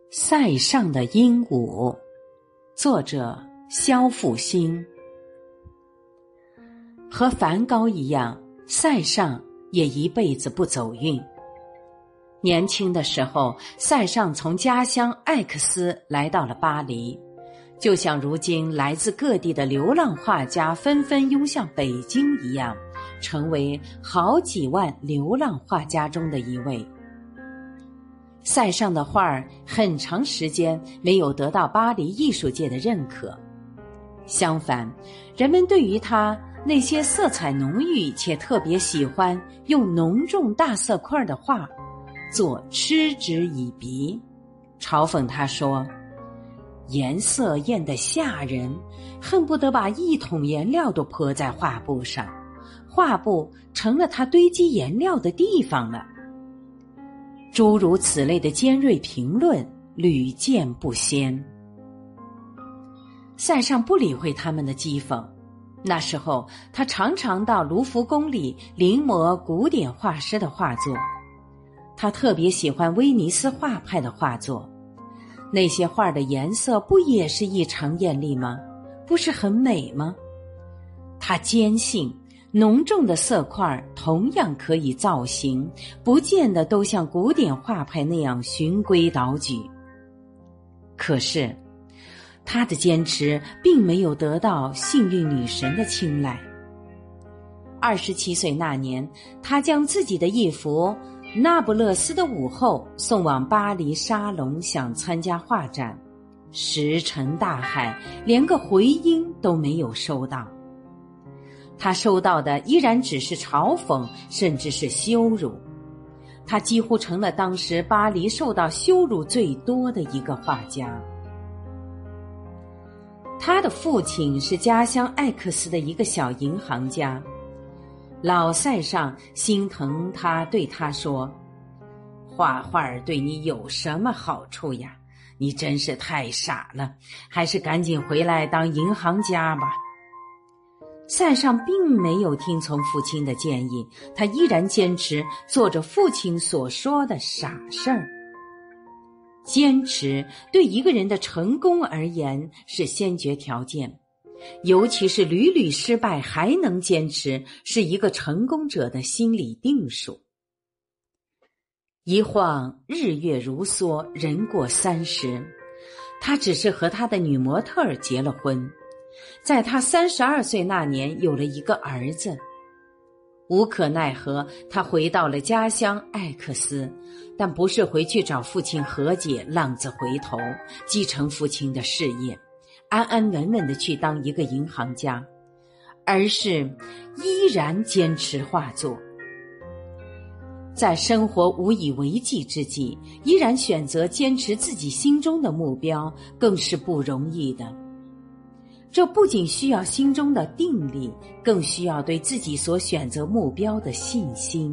塞上的鹦鹉，作者萧复兴。和梵高一样，塞尚也一辈子不走运。年轻的时候，塞尚从家乡艾克斯来到了巴黎，就像如今来自各地的流浪画家纷纷涌向北京一样，成为好几万流浪画家中的一位。塞尚的画儿很长时间没有得到巴黎艺术界的认可，相反，人们对于他那些色彩浓郁且特别喜欢用浓重大色块的画做嗤之以鼻，嘲讽他说，颜色艳得吓人，恨不得把一桶颜料都泼在画布上，画布成了他堆积颜料的地方了。诸如此类的尖锐评论屡见不鲜。塞尚不理会他们的讥讽，那时候他常常到卢浮宫里临摹古典画师的画作。他特别喜欢威尼斯画派的画作，那些画的颜色不也是异常艳丽吗？不是很美吗？他坚信浓重的色块同样可以造型，不见得都像古典画派那样循规蹈矩。可是他的坚持并没有得到幸运女神的青睐。27岁那年，他将自己的一幅那不勒斯的午后送往巴黎沙龙，想参加画展，石沉大海，连个回音都没有收到。他收到的依然只是嘲讽，甚至是羞辱。他几乎成了当时巴黎受到羞辱最多的一个画家。他的父亲是家乡艾克斯的一个小银行家，老塞尚心疼他，对他说，画画对你有什么好处呀？你真是太傻了，还是赶紧回来当银行家吧。塞尚并没有听从父亲的建议，他依然坚持做着父亲所说的傻事儿。坚持对一个人的成功而言是先决条件，尤其是屡屡失败还能坚持，是一个成功者的心理定数。一晃日月如梭，人过30，他只是和他的女模特儿结了婚，在他32岁那年有了一个儿子。无可奈何，他回到了家乡艾克斯，但不是回去找父亲和解，浪子回头，继承父亲的事业，安安稳稳地去当一个银行家，而是依然坚持画作。在生活无以为继之际，依然选择坚持自己心中的目标，更是不容易的。这不仅需要心中的定力，更需要对自己所选择目标的信心。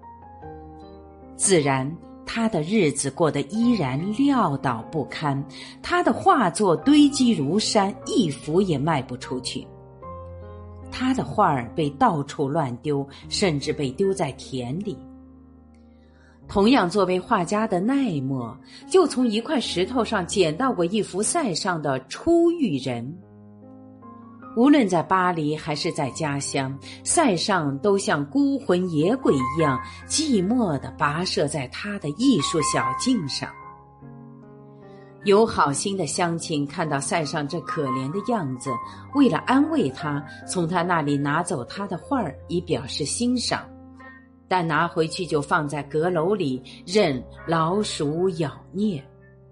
自然，他的日子过得依然潦倒不堪，他的画作堆积如山，一幅也卖不出去。他的画儿被到处乱丢，甚至被丢在田里。同样作为画家的奈默，就从一块石头上捡到过一幅塞尚的出狱人。无论在巴黎还是在家乡，塞尚都像孤魂野鬼一样寂寞地跋涉在他的艺术小径上。有好心的乡亲看到塞尚这可怜的样子，为了安慰他，从他那里拿走他的画儿以表示欣赏，但拿回去就放在阁楼里任老鼠咬啮。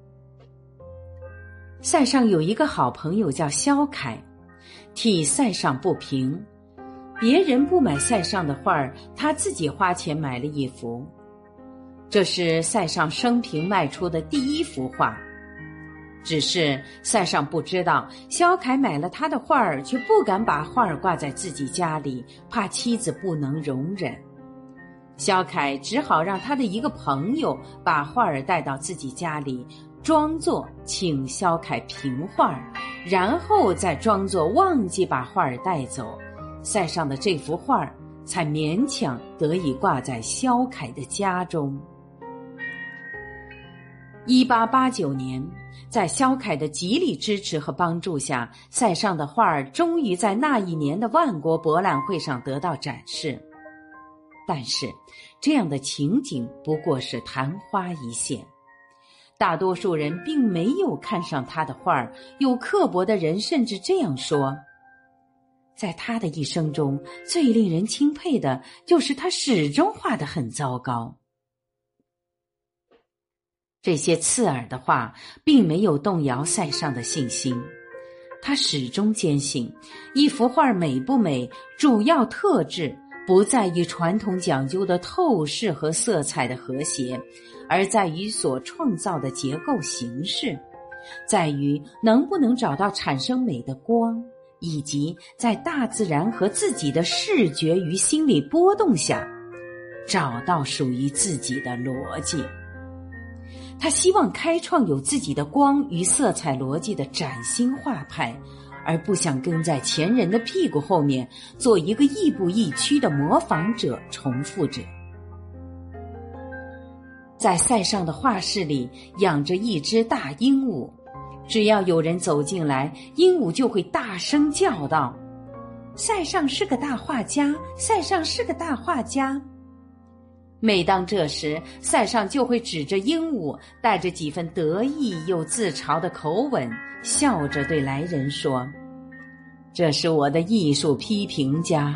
塞尚有一个好朋友叫萧凯，替塞尚不平，别人不买塞尚的画儿，他自己花钱买了一幅。这是塞尚生平卖出的第一幅画，只是塞尚不知道，萧凯买了他的画儿，却不敢把画儿挂在自己家里，怕妻子不能容忍。萧凯只好让他的一个朋友把画儿带到自己家里，装作请萧凯评画儿，然后再装作忘记把画儿带走，塞尚的这幅画儿才勉强得以挂在萧凯的家中。 1889年，在萧凯的极力支持和帮助下，塞尚的画儿终于在那一年的万国博览会上得到展示。但是，这样的情景不过是昙花一现。大多数人并没有看上他的画儿，有刻薄的人甚至这样说：在他的一生中，最令人钦佩的就是他始终画得很糟糕。这些刺耳的话并没有动摇塞尚的信心，他始终坚信，一幅画美不美，主要特质不在于传统讲究的透视和色彩的和谐，而在于所创造的结构形式，在于能不能找到产生美的光，以及在大自然和自己的视觉与心理波动下，找到属于自己的逻辑。他希望开创有自己的光与色彩逻辑的崭新画派，而不想跟在前人的屁股后面做一个亦步亦趋的模仿者、重复者。在塞尚的画室里养着一只大鹦鹉，只要有人走进来，鹦鹉就会大声叫道：塞尚是个大画家，塞尚是个大画家。每当这时，塞尚就会指着鹦鹉，带着几分得意又自嘲的口吻，笑着对来人说：这是我的艺术批评家。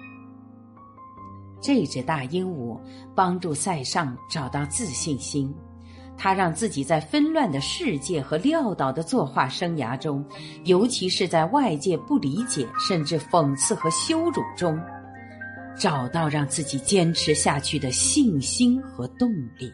这只大鹦鹉帮助塞尚找到自信心，他让自己在纷乱的世界和潦倒的作画生涯中，尤其是在外界不理解甚至讽刺和羞辱中，找到让自己坚持下去的信心和动力。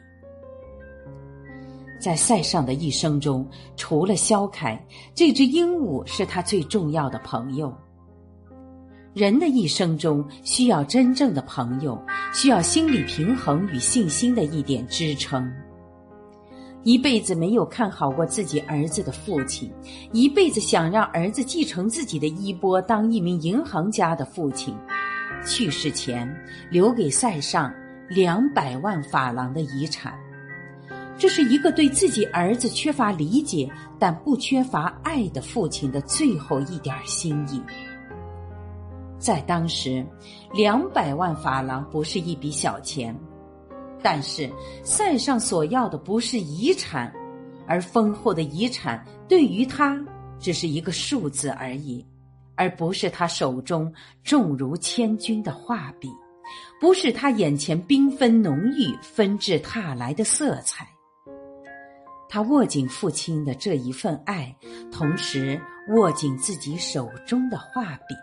在塞尚的一生中，除了萧凯，这只鹦鹉是他最重要的朋友。人的一生中需要真正的朋友，需要心理平衡与信心的一点支撑。一辈子没有看好过自己儿子的父亲，一辈子想让儿子继承自己的衣钵，当一名银行家的父亲，去世前留给塞尚200万法郎的遗产。这是一个对自己儿子缺乏理解但不缺乏爱的父亲的最后一点心意。在当时，200万法郎不是一笔小钱，但是塞尚所要的不是遗产，而丰厚的遗产对于他只是一个数字而已，而不是他手中重如千钧的画笔，不是他眼前缤纷浓郁纷至沓来的色彩。他握紧父亲的这一份爱，同时握紧自己手中的画笔。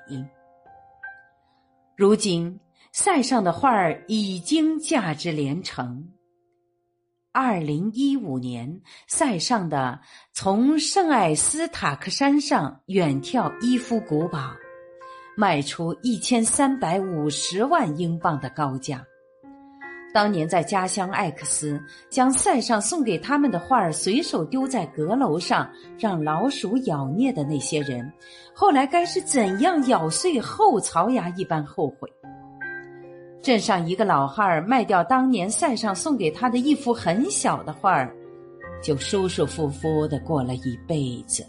如今塞尚的画儿已经价值连城。2015年，塞尚的从圣埃斯塔克山上远眺伊夫古堡，卖出1350万英镑的高价。当年在家乡艾克斯将塞尚送给他们的画儿随手丢在阁楼上，让老鼠咬啮的那些人，后来该是怎样咬碎后槽牙一般后悔。镇上一个老汉儿卖掉当年塞尚送给他的一幅很小的画儿，就舒舒服服地过了一辈子。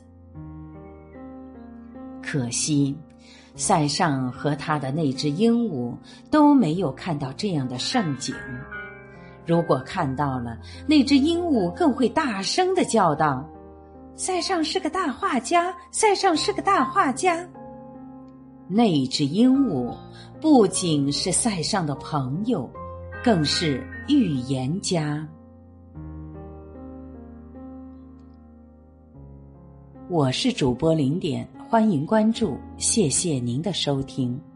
可惜塞尚和他的那只鹦鹉都没有看到这样的盛景。如果看到了，那只鹦鹉更会大声地叫道：塞尚是个大画家，塞尚是个大画家。那只鹦鹉不仅是塞尚的朋友，更是预言家。我是主播0点，欢迎关注，谢谢您的收听。